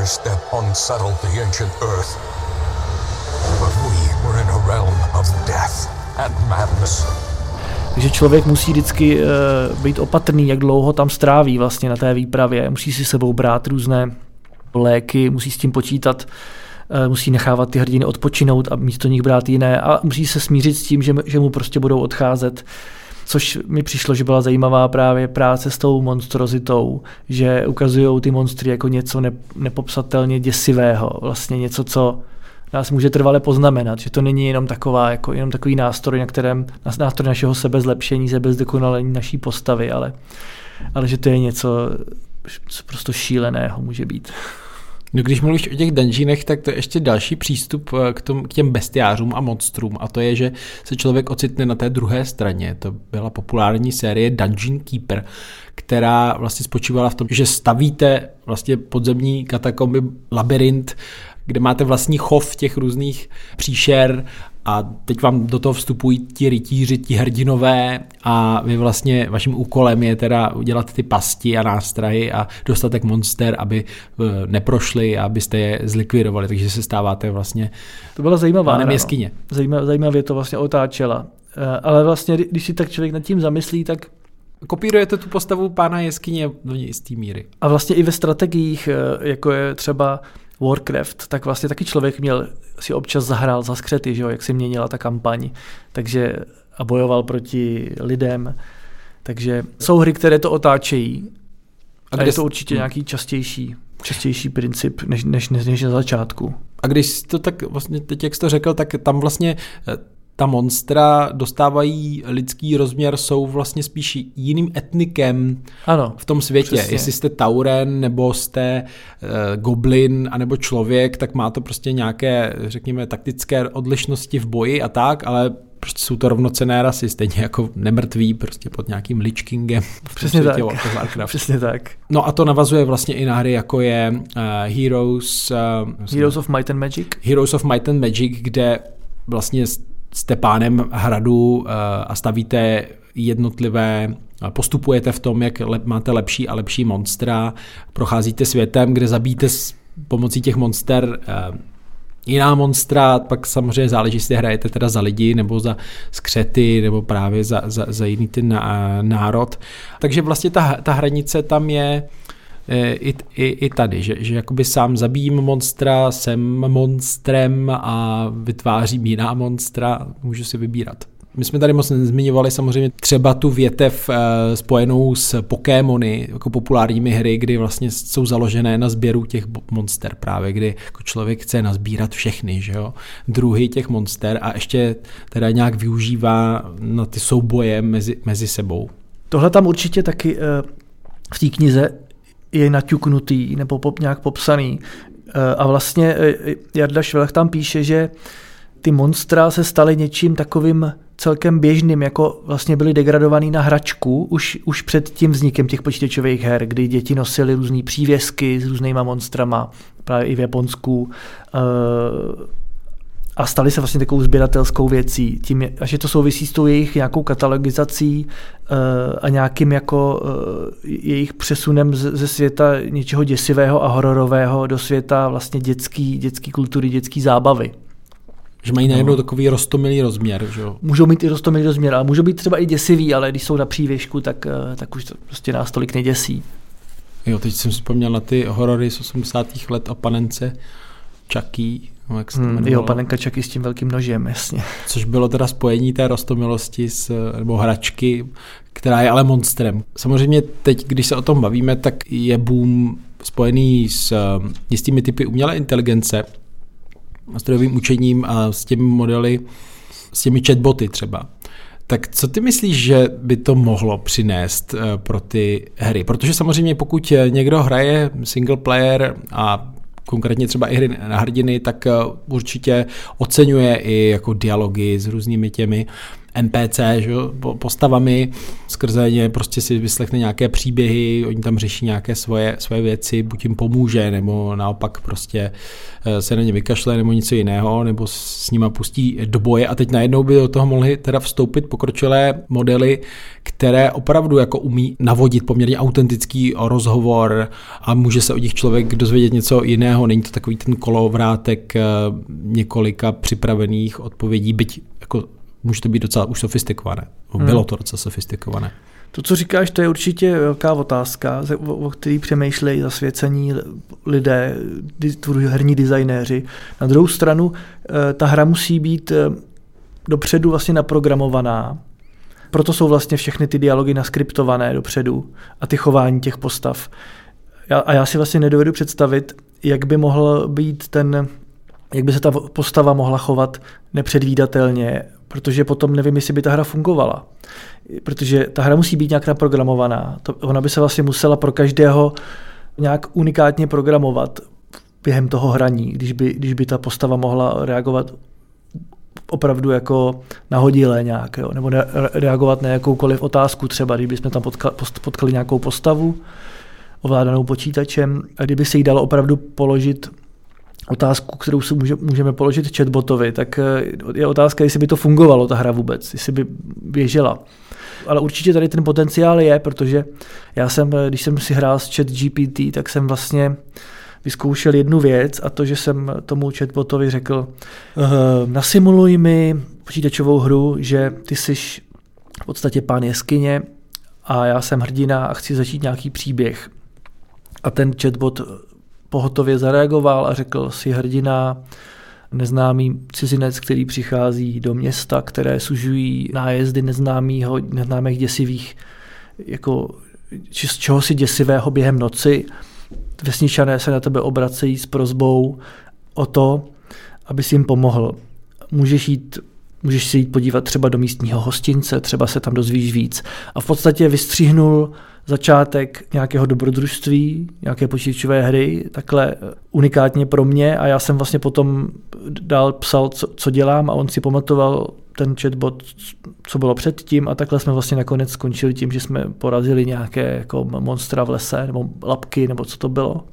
Takže člověk musí vždycky uh, být opatrný, jak dlouho tam stráví vlastně na té výpravě. Musí si sebou brát různé léky, musí s tím počítat, musí nechávat ty hrdiny odpočinout a místo nich brát jiné a musí se smířit s tím, že, že mu prostě budou odcházet. Což mi přišlo, že byla zajímavá právě práce s tou monstrositou, že ukazují ty monstry jako něco ne, nepopsatelně děsivého, vlastně něco, co nás může trvale poznamenat, že to není jenom taková, jako jenom takový nástroj, na kterém nástroj našeho sebezlepšení, sebezdokonalení naší postavy, ale, ale že to je něco, co prostě šíleného může být. No, když mluvíš o těch dungeonech, tak to je ještě další přístup k, tom, k těm bestiářům a monstrům a to je, že se člověk ocitne na té druhé straně. To byla populární série Dungeon Keeper, která vlastně spočívala v tom, že stavíte vlastně podzemní katakomby, labyrint, kde máte vlastní chov těch různých příšer a teď vám do toho vstupují ti rytíři, ti hrdinové a vy vlastně vaším úkolem je teda udělat ty pasti a nástrahy a dostatek monster, aby neprošli a abyste je zlikvidovali, takže se stáváte vlastně to byla zajímavá hra, jeskyně. Zajímavě, zajímavě to vlastně otáčela. Ale vlastně, když si tak člověk nad tím zamyslí, tak kopírujete tu postavu pána jeskyně do jistý míry. A vlastně i ve strategiích, jako je třeba Warcraft, tak vlastně taky člověk měl, si občas zahrál za skřety, že jo, jak se měnila ta kampaň, takže a bojoval proti lidem. Takže jsou hry, které to otáčejí a, a je to určitě nějaký častější, častější princip, než, než, než, než na začátku. A když to tak vlastně teď, jak jsi to řekl, tak tam vlastně ta monstra dostávají lidský rozměr, jsou vlastně spíš jiným etnikem ano, v tom světě. Přesně. Jestli jste Tauren, nebo jste uh, goblin, anebo člověk, tak má to prostě nějaké, řekněme, taktické odlišnosti v boji a tak, ale prostě jsou to rovnocenné rasy, stejně jako nemrtví, prostě pod nějakým Lich Kingem. Přesně tak. Přesně tak. No a to navazuje vlastně i na hry, jako je uh, Heroes... Uh, Heroes of Might and Magic. Heroes of Might and Magic, kde vlastně jste pánem hradu a stavíte jednotlivé postupujete v tom, jak lep, máte lepší a lepší monstra, procházíte světem, kde zabíjíte s pomocí těch monster eh, jiná monstra, pak samozřejmě záleží, jestli hrajete teda za lidi, nebo za skřety, nebo právě za, za, za jiný ten národ. Takže vlastně ta, ta hranice tam je I, i, i tady, že, že jakoby sám zabijím monstra, jsem monstrem a vytvářím jiná monstra, můžu si vybírat. My jsme tady moc nezmiňovali samozřejmě třeba tu větev e, spojenou s Pokémony, jako populárními hry, kdy vlastně jsou založené na sběru těch monster právě, kdy jako člověk chce nazbírat všechny, že jo, druhy těch monster a ještě teda nějak využívá na ty souboje mezi, mezi sebou. Tohle tam určitě taky e, v té knize je naťuknutý nebo pop, nějak popsaný. A vlastně Jarda Švelch tam píše, že ty monstra se staly něčím takovým celkem běžným, jako vlastně byly degradovaný na hračku už, už před tím vznikem těch počítačových her, kdy děti nosily různý přívěsky s různýma monstrama, právě i v Japonsku. A staly se vlastně takovou sběratelskou věcí. Tím, až je to souvisí s tou jejich nějakou katalogizací uh, a nějakým jako uh, jejich přesunem z, ze světa něčeho děsivého a hororového do světa vlastně dětský, dětský kultury, dětský zábavy. Že mají najednou no. takový roztomilý rozměr. Že? Můžou mít i roztomilý rozměr, ale můžou být třeba i děsivý, ale když jsou na přívěšku, tak, uh, tak už to prostě nás tolik neděsí. Jo, teď jsem vzpomněl na ty horory z osmdesátých let o panence Chucky. No, jak se to hmm, jo, panenka Chucky s tím velkým nožem, jasně. Což bylo teda spojení té roztomilosti s, nebo hračky, která je ale monstrem. Samozřejmě teď, když se o tom bavíme, tak je boom spojený s jistými typy umělé inteligence, strojovým učením a s těmi modely, s těmi chatboty třeba. Tak co ty myslíš, že by to mohlo přinést pro ty hry? Protože samozřejmě pokud někdo hraje single player a konkrétně třeba i hry na hrdiny, tak určitě oceňuje i jako dialogy s různými těmi N P C, že, postavami, skrze ně prostě si vyslechne nějaké příběhy, oni tam řeší nějaké svoje, svoje věci, buď jim pomůže, nebo naopak prostě se na ně vykašle, nebo něco jiného, nebo s nima pustí do boje a teď najednou by do toho mohly teda vstoupit pokročilé modely, které opravdu jako umí navodit poměrně autentický rozhovor a může se od nich člověk dozvědět něco jiného, není to takový ten kolovrátek několika připravených odpovědí, byť jako může to být docela už sofistikované. Bylo hmm. to docela sofistikované. To, co říkáš, to je určitě velká otázka, o které přemýšlejí zasvěcení lidé, herní designéři. Na druhou stranu, ta hra musí být dopředu vlastně naprogramovaná. Proto jsou vlastně všechny ty dialogy naskriptované dopředu a ty chování těch postav. A já si vlastně nedovedu představit, jak by mohl být ten, jak by se ta postava mohla chovat nepředvídatelně, protože potom nevím, jestli by ta hra fungovala. Protože ta hra musí být nějak naprogramovaná. To, ona by se vlastně musela pro každého nějak unikátně programovat během toho hraní, když by, když by ta postava mohla reagovat opravdu jako nahodilé nějak, jo? Nebo ne, reagovat na jakoukoliv otázku třeba, když bychom tam potkali, potkali nějakou postavu ovládanou počítačem a kdyby se jí dalo opravdu položit otázku, kterou si může, můžeme položit chatbotovi, tak je otázka, jestli by to fungovalo, ta hra vůbec, jestli by běžela. Ale určitě tady ten potenciál je, protože já jsem, když jsem si hrál s ChatGPT, tak jsem vlastně vyzkoušel jednu věc a to, že jsem tomu chatbotovi řekl, nasimuluj mi počítačovou hru, že ty jsi v podstatě pán jeskyně a já jsem hrdina a chci začít nějaký příběh. A ten chatbot pohotově zareagoval a řekl, si hrdina, neznámý cizinec, který přichází do města, které sužují nájezdy neznámýho, neznámých děsivých, jako z čeho si děsivého během noci. Vesničané se na tebe obracejí s prosbou o to, aby si jim pomohl. Můžeš jít, můžeš si jít podívat třeba do místního hostince, třeba se tam dozvíš víc. A v podstatě vystřihnul začátek nějakého dobrodružství, nějaké počítačové hry, takhle unikátně pro mě a já jsem vlastně potom dál psal, co, co dělám a on si pamatoval ten chatbot, co bylo předtím a takhle jsme vlastně nakonec skončili tím, že jsme porazili nějaké jako monstra v lese nebo lapky nebo co to bylo.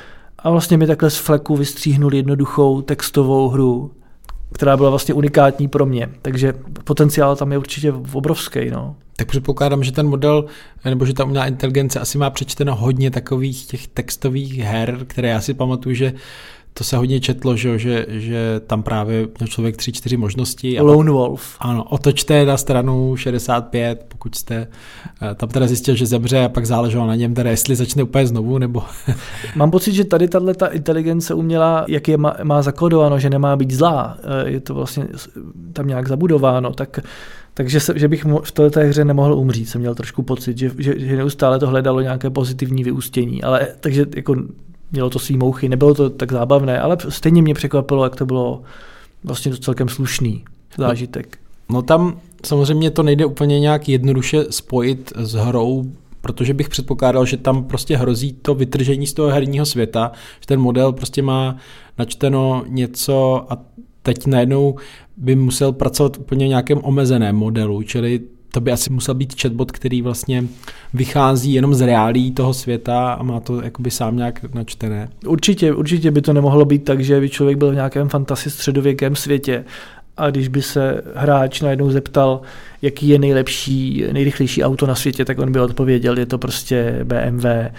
A vlastně mi takhle z fleku vystříhnul jednoduchou textovou hru, která byla vlastně unikátní pro mě, takže potenciál tam je určitě obrovský, no. Tak předpokládám, že ten model, nebo že ta umělá inteligence asi má přečteno hodně takových těch textových her, které já si pamatuju, že to se hodně četlo, že, že, že tam právě měl člověk tři, čtyři možnosti. A Lone Wolf. Ano, otočte na stranu šedesát pět, pokud jste tam teda zjistil, že zemře a pak záleželo na něm, teda jestli začne úplně znovu, nebo... Mám pocit, že tady tato inteligence umělá, jak je má, má zakodováno, že nemá být zlá, je to vlastně tam nějak zabudováno, tak takže se, že bych v této hře nemohl umřít, jsem měl trošku pocit, že, že, že neustále to hledalo nějaké pozitivní vyústění, ale takže jako mělo to svý mouchy, nebylo to tak zábavné, ale stejně mě překvapilo, jak to bylo vlastně to celkem slušný zážitek. No, no tam samozřejmě to nejde úplně nějak jednoduše spojit s hrou, protože bych předpokládal, že tam prostě hrozí to vytržení z toho herního světa, že ten model prostě má načteno něco a teď najednou by musel pracovat úplně v nějakém omezeném modelu, čili to by asi musel být chatbot, který vlastně vychází jenom z reálí toho světa a má to jakoby sám nějak načtené. Určitě, určitě by to nemohlo být tak, že by člověk byl v nějakém fantasy středověkém světě a když by se hráč najednou zeptal, jaký je nejlepší, nejrychlejší auto na světě, tak on by odpověděl, je to prostě bé em vé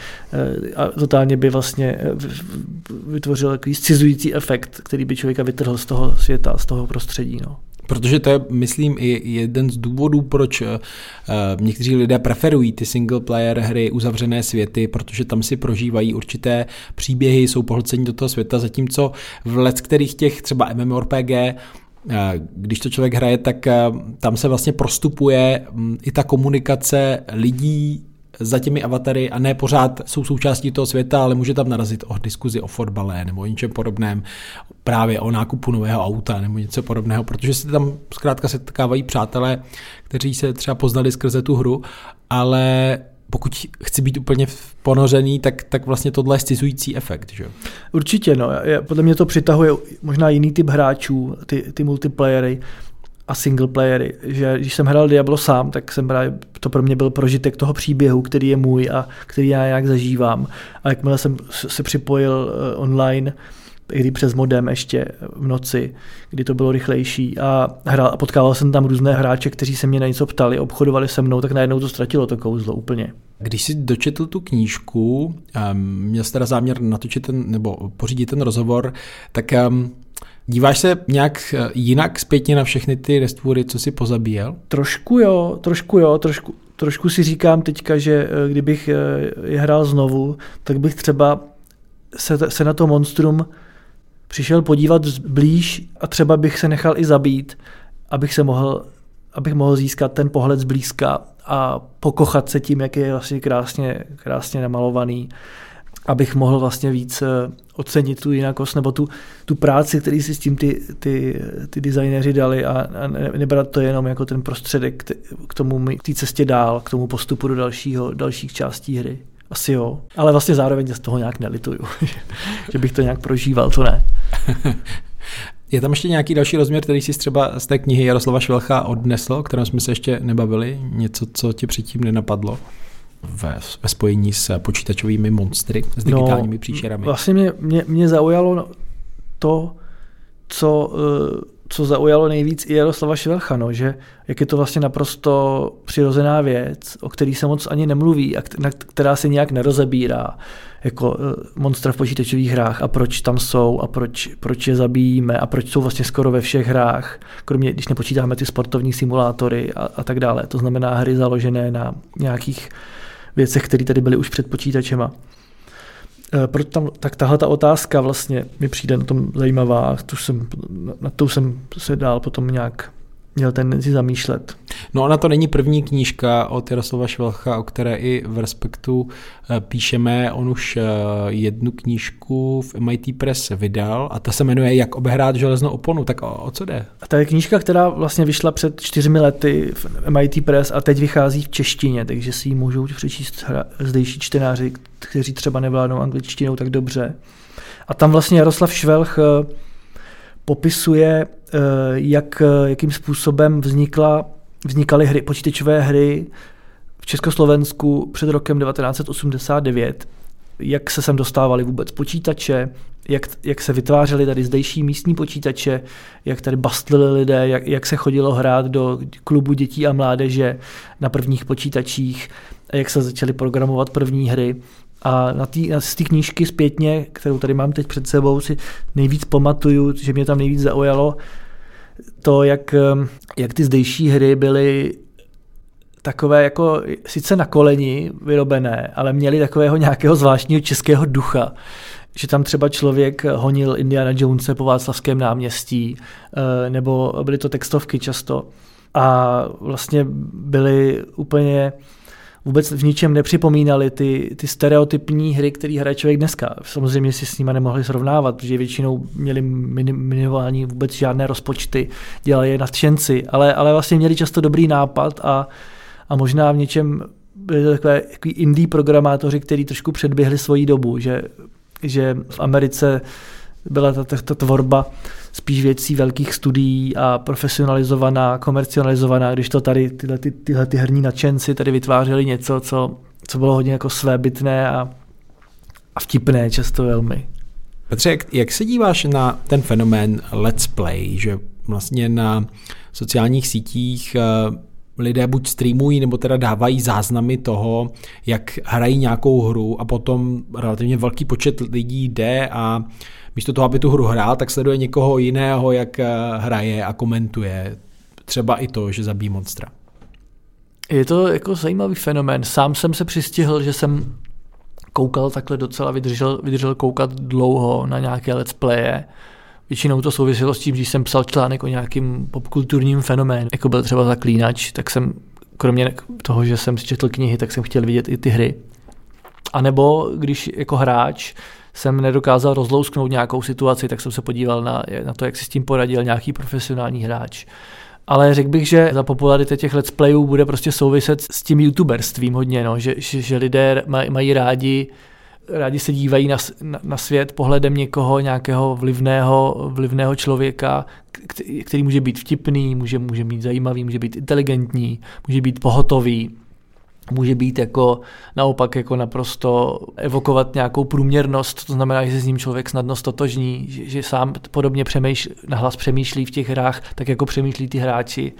a totálně by vlastně vytvořil takový scizující efekt, který by člověka vytrhl z toho světa, z toho prostředí. No. Protože to je, myslím, i jeden z důvodů, proč uh, někteří lidé preferují ty single player hry, uzavřené světy, protože tam si prožívají určité příběhy, jsou pohlcení do toho světa, zatímco v leckterých těch třeba MMORPG, uh, když to člověk hraje, tak uh, tam se vlastně prostupuje um, i ta komunikace lidí za těmi avatary a ne pořád jsou součástí toho světa, ale může tam narazit o diskuzi o fotbale nebo o něčem podobném, právě o nákupu nového auta nebo něco podobného, protože se tam zkrátka setkávají přátelé, kteří se třeba poznali skrze tu hru, ale pokud chci být úplně ponořený, tak, tak vlastně tohle je scizující efekt. Že? Určitě, no. Podle mě to přitahuje možná jiný typ hráčů, ty, ty multiplayery, a single playery, že když jsem hrál Diablo sám, tak jsem právě, to pro mě byl prožitek toho příběhu, který je můj a který já nějak zažívám. A jakmile jsem se připojil online, kdy přes modem ještě v noci, kdy to bylo rychlejší a, hrál, a potkával jsem tam různé hráče, kteří se mě na něco ptali, obchodovali se mnou, tak najednou to ztratilo to kouzlo úplně. Když jsi dočetl tu knížku, um, měl jsi teda záměr natočit ten, nebo pořídit ten rozhovor, tak um, díváš se nějak jinak zpětně na všechny ty restvůry, co si pozabíjel? Trošku jo, trošku jo, trošku, trošku si říkám teďka, že kdybych je hrál znovu, tak bych třeba se, se na to monstrum přišel podívat blíž a třeba bych se nechal i zabít, abych se mohl, abych mohl získat ten pohled zblízka a pokochat se tím, jak je vlastně krásně, krásně namalovaný, abych mohl vlastně víc ocenit tu jinakost nebo tu, tu práci, který si s tím ty, ty, ty designéři dali a, a nebrat to jenom jako ten prostředek k tomu, k té cestě dál, k tomu postupu do dalšího, dalších částí hry. Asi jo, ale vlastně zároveň z toho nějak nelituju, že bych to nějak prožíval, to ne. Je tam ještě nějaký další rozměr, který jsi třeba z té knihy Jaroslava Švelcha odnesl, o kterém jsme se ještě nebavili? Něco, co ti předtím nenapadlo ve, ve spojení s počítačovými monstry, s digitálními no, příšerami? Vlastně mě, mě, mě zaujalo to, co, co zaujalo nejvíc i Jaroslava Švelcha, no, že jak je to vlastně naprosto přirozená věc, o který se moc ani nemluví a která se nějak nerozebírá, jako monstra v počítačových hrách a proč tam jsou a proč, proč je zabíjíme a proč jsou vlastně skoro ve všech hrách, kromě když nepočítáme ty sportovní simulátory a, a tak dále. To znamená hry založené na nějakých věcech, které tady byly už před počítačema. Proč tam, tak tahle ta otázka vlastně mi přijde na tom zajímavá, tu jsem, na to jsem se dál potom nějak měl tendenci zamýšlet. No ona to není první knížka od Jaroslava Švelcha, o které i v Respektu píšeme. On už jednu knížku v M I T Press vydal a ta se jmenuje Jak obehrát železnou oponu. Tak o, o co jde? A ta je knížka, která vlastně vyšla před čtyřmi lety v M I T Press a teď vychází v češtině, takže si ji můžou přečíst zdejší čtenáři, kteří třeba nevládnou angličtinou tak dobře. A tam vlastně Jaroslav Švelch popisuje, jak, jakým způsobem vznikla, vznikaly hry, počítačové hry v Československu před rokem devatenáct set osmdesát devět, jak se sem dostávali vůbec počítače, jak, jak se vytvářely tady zdejší místní počítače, jak tady bastlili lidé, jak, jak se chodilo hrát do klubu dětí a mládeže na prvních počítačích, jak se začaly programovat první hry. A na tý, z té knížky zpětně, kterou tady mám teď před sebou, si nejvíc pamatuju, že mě tam nejvíc zaujalo to, jak, jak ty zdejší hry byly takové jako sice na koleni vyrobené, ale měly takového nějakého zvláštního českého ducha. Že tam třeba člověk honil Indiana Jonese po Václavském náměstí, nebo byly to textovky často. A vlastně byly úplně vůbec v ničem nepřipomínaly ty, ty stereotypní hry, které hraje člověk dneska. Samozřejmě si s nimi nemohli srovnávat, protože většinou měli minimální vůbec žádné rozpočty, dělali je nadšenci, ale, ale vlastně měli často dobrý nápad a, a možná v něčem byli takové takový indie programátoři, kteří trošku předběhli svoji dobu, že, že v Americe byla ta, ta, ta tvorba spíš věcí velkých studií a profesionalizovaná, komercionalizovaná, když to tady tyhle, ty, tyhle ty herní nadšenci tady vytvářeli něco, co, co bylo hodně jako svébytné a, a vtipné často velmi. Petře, jak, jak se díváš na ten fenomén let's play, že vlastně na sociálních sítích lidé buď streamují, nebo teda dávají záznamy toho, jak hrají nějakou hru a potom relativně velký počet lidí jde a místo toho, aby tu hru hrál, tak sleduje někoho jiného, jak hraje a komentuje. Třeba i to, že zabíjí monstra. Je to jako zajímavý fenomén. Sám jsem se přistihl, že jsem koukal takhle docela, vydržel, vydržel koukat dlouho na nějaké let's playe. Většinou to souviselo s tím, že jsem psal článek o nějakým popkulturním fenoménu, jako byl třeba Zaklínač, tak jsem, kromě toho, že jsem si četl knihy, tak jsem chtěl vidět i ty hry. A nebo když jako hráč jsem nedokázal rozlousknout nějakou situaci, tak jsem se podíval na, na to, jak si s tím poradil nějaký profesionální hráč. Ale řekl bych, že za popularity těch let's playů bude prostě souviset s tím youtuberstvím hodně, no, že, že, že lidé maj, mají rádi rádi se dívají na, na, na svět pohledem někoho, nějakého vlivného, vlivného člověka, který může být vtipný, může, může být zajímavý, může být inteligentní, může být pohotový, může být jako naopak jako naprosto evokovat nějakou průměrnost, to znamená, že se s ním člověk snadno stotožní, že, že sám podobně přemýšlí, nahlas přemýšlí v těch hrách, tak jako přemýšlí ty hráči.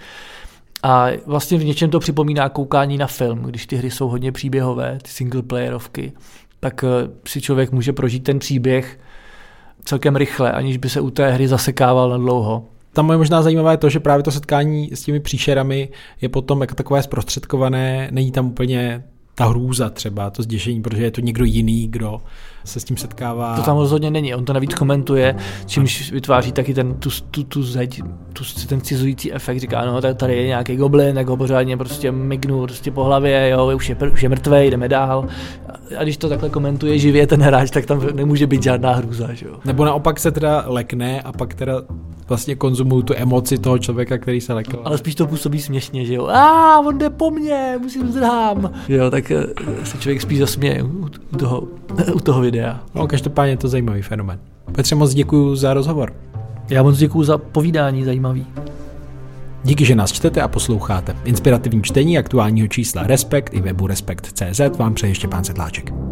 A vlastně v něčem to připomíná koukání na film, když ty hry jsou hodně příběhové, ty singleplayerovky, tak si člověk může prožít ten příběh celkem rychle, aniž by se u té hry zasekával na dlouho. Tam je možná zajímavé to, že právě to setkání s těmi příšerami je potom jako takové zprostředkované, není tam úplně ta hrůza třeba, to zděšení, protože je to někdo jiný, kdo se s tím setkává. To tam rozhodně není, on to navíc komentuje, čímž vytváří taky ten, tu, tu, tu zeď, tu, ten cizující efekt, říká, no tady je nějaký goblin, tak ho pořádně prostě mignu prostě po hlavě, jo, už je, už je mrtvej, jdeme dál. A když to takhle komentuje živě ten hráč, tak tam nemůže být žádná hrůza, že jo. Nebo naopak se teda lekne a pak teda vlastně konzumují tu emoci toho člověka, který se lekl. Ale spíš to působí směšně, že jo. A on jde po mně, musím zdrhám. Jo, tak se člověk spíš zasměje u, u, toho, u toho videa. No, každopádně je to zajímavý fenomén. Petře, moc děkuju za rozhovor. Já moc děkuju za povídání zajímavý. Díky, že nás čtete a posloucháte. Inspirativní čtení aktuálního čísla Respekt i webu respekt tečka cé zet vám přeje Štěpán Sedláček.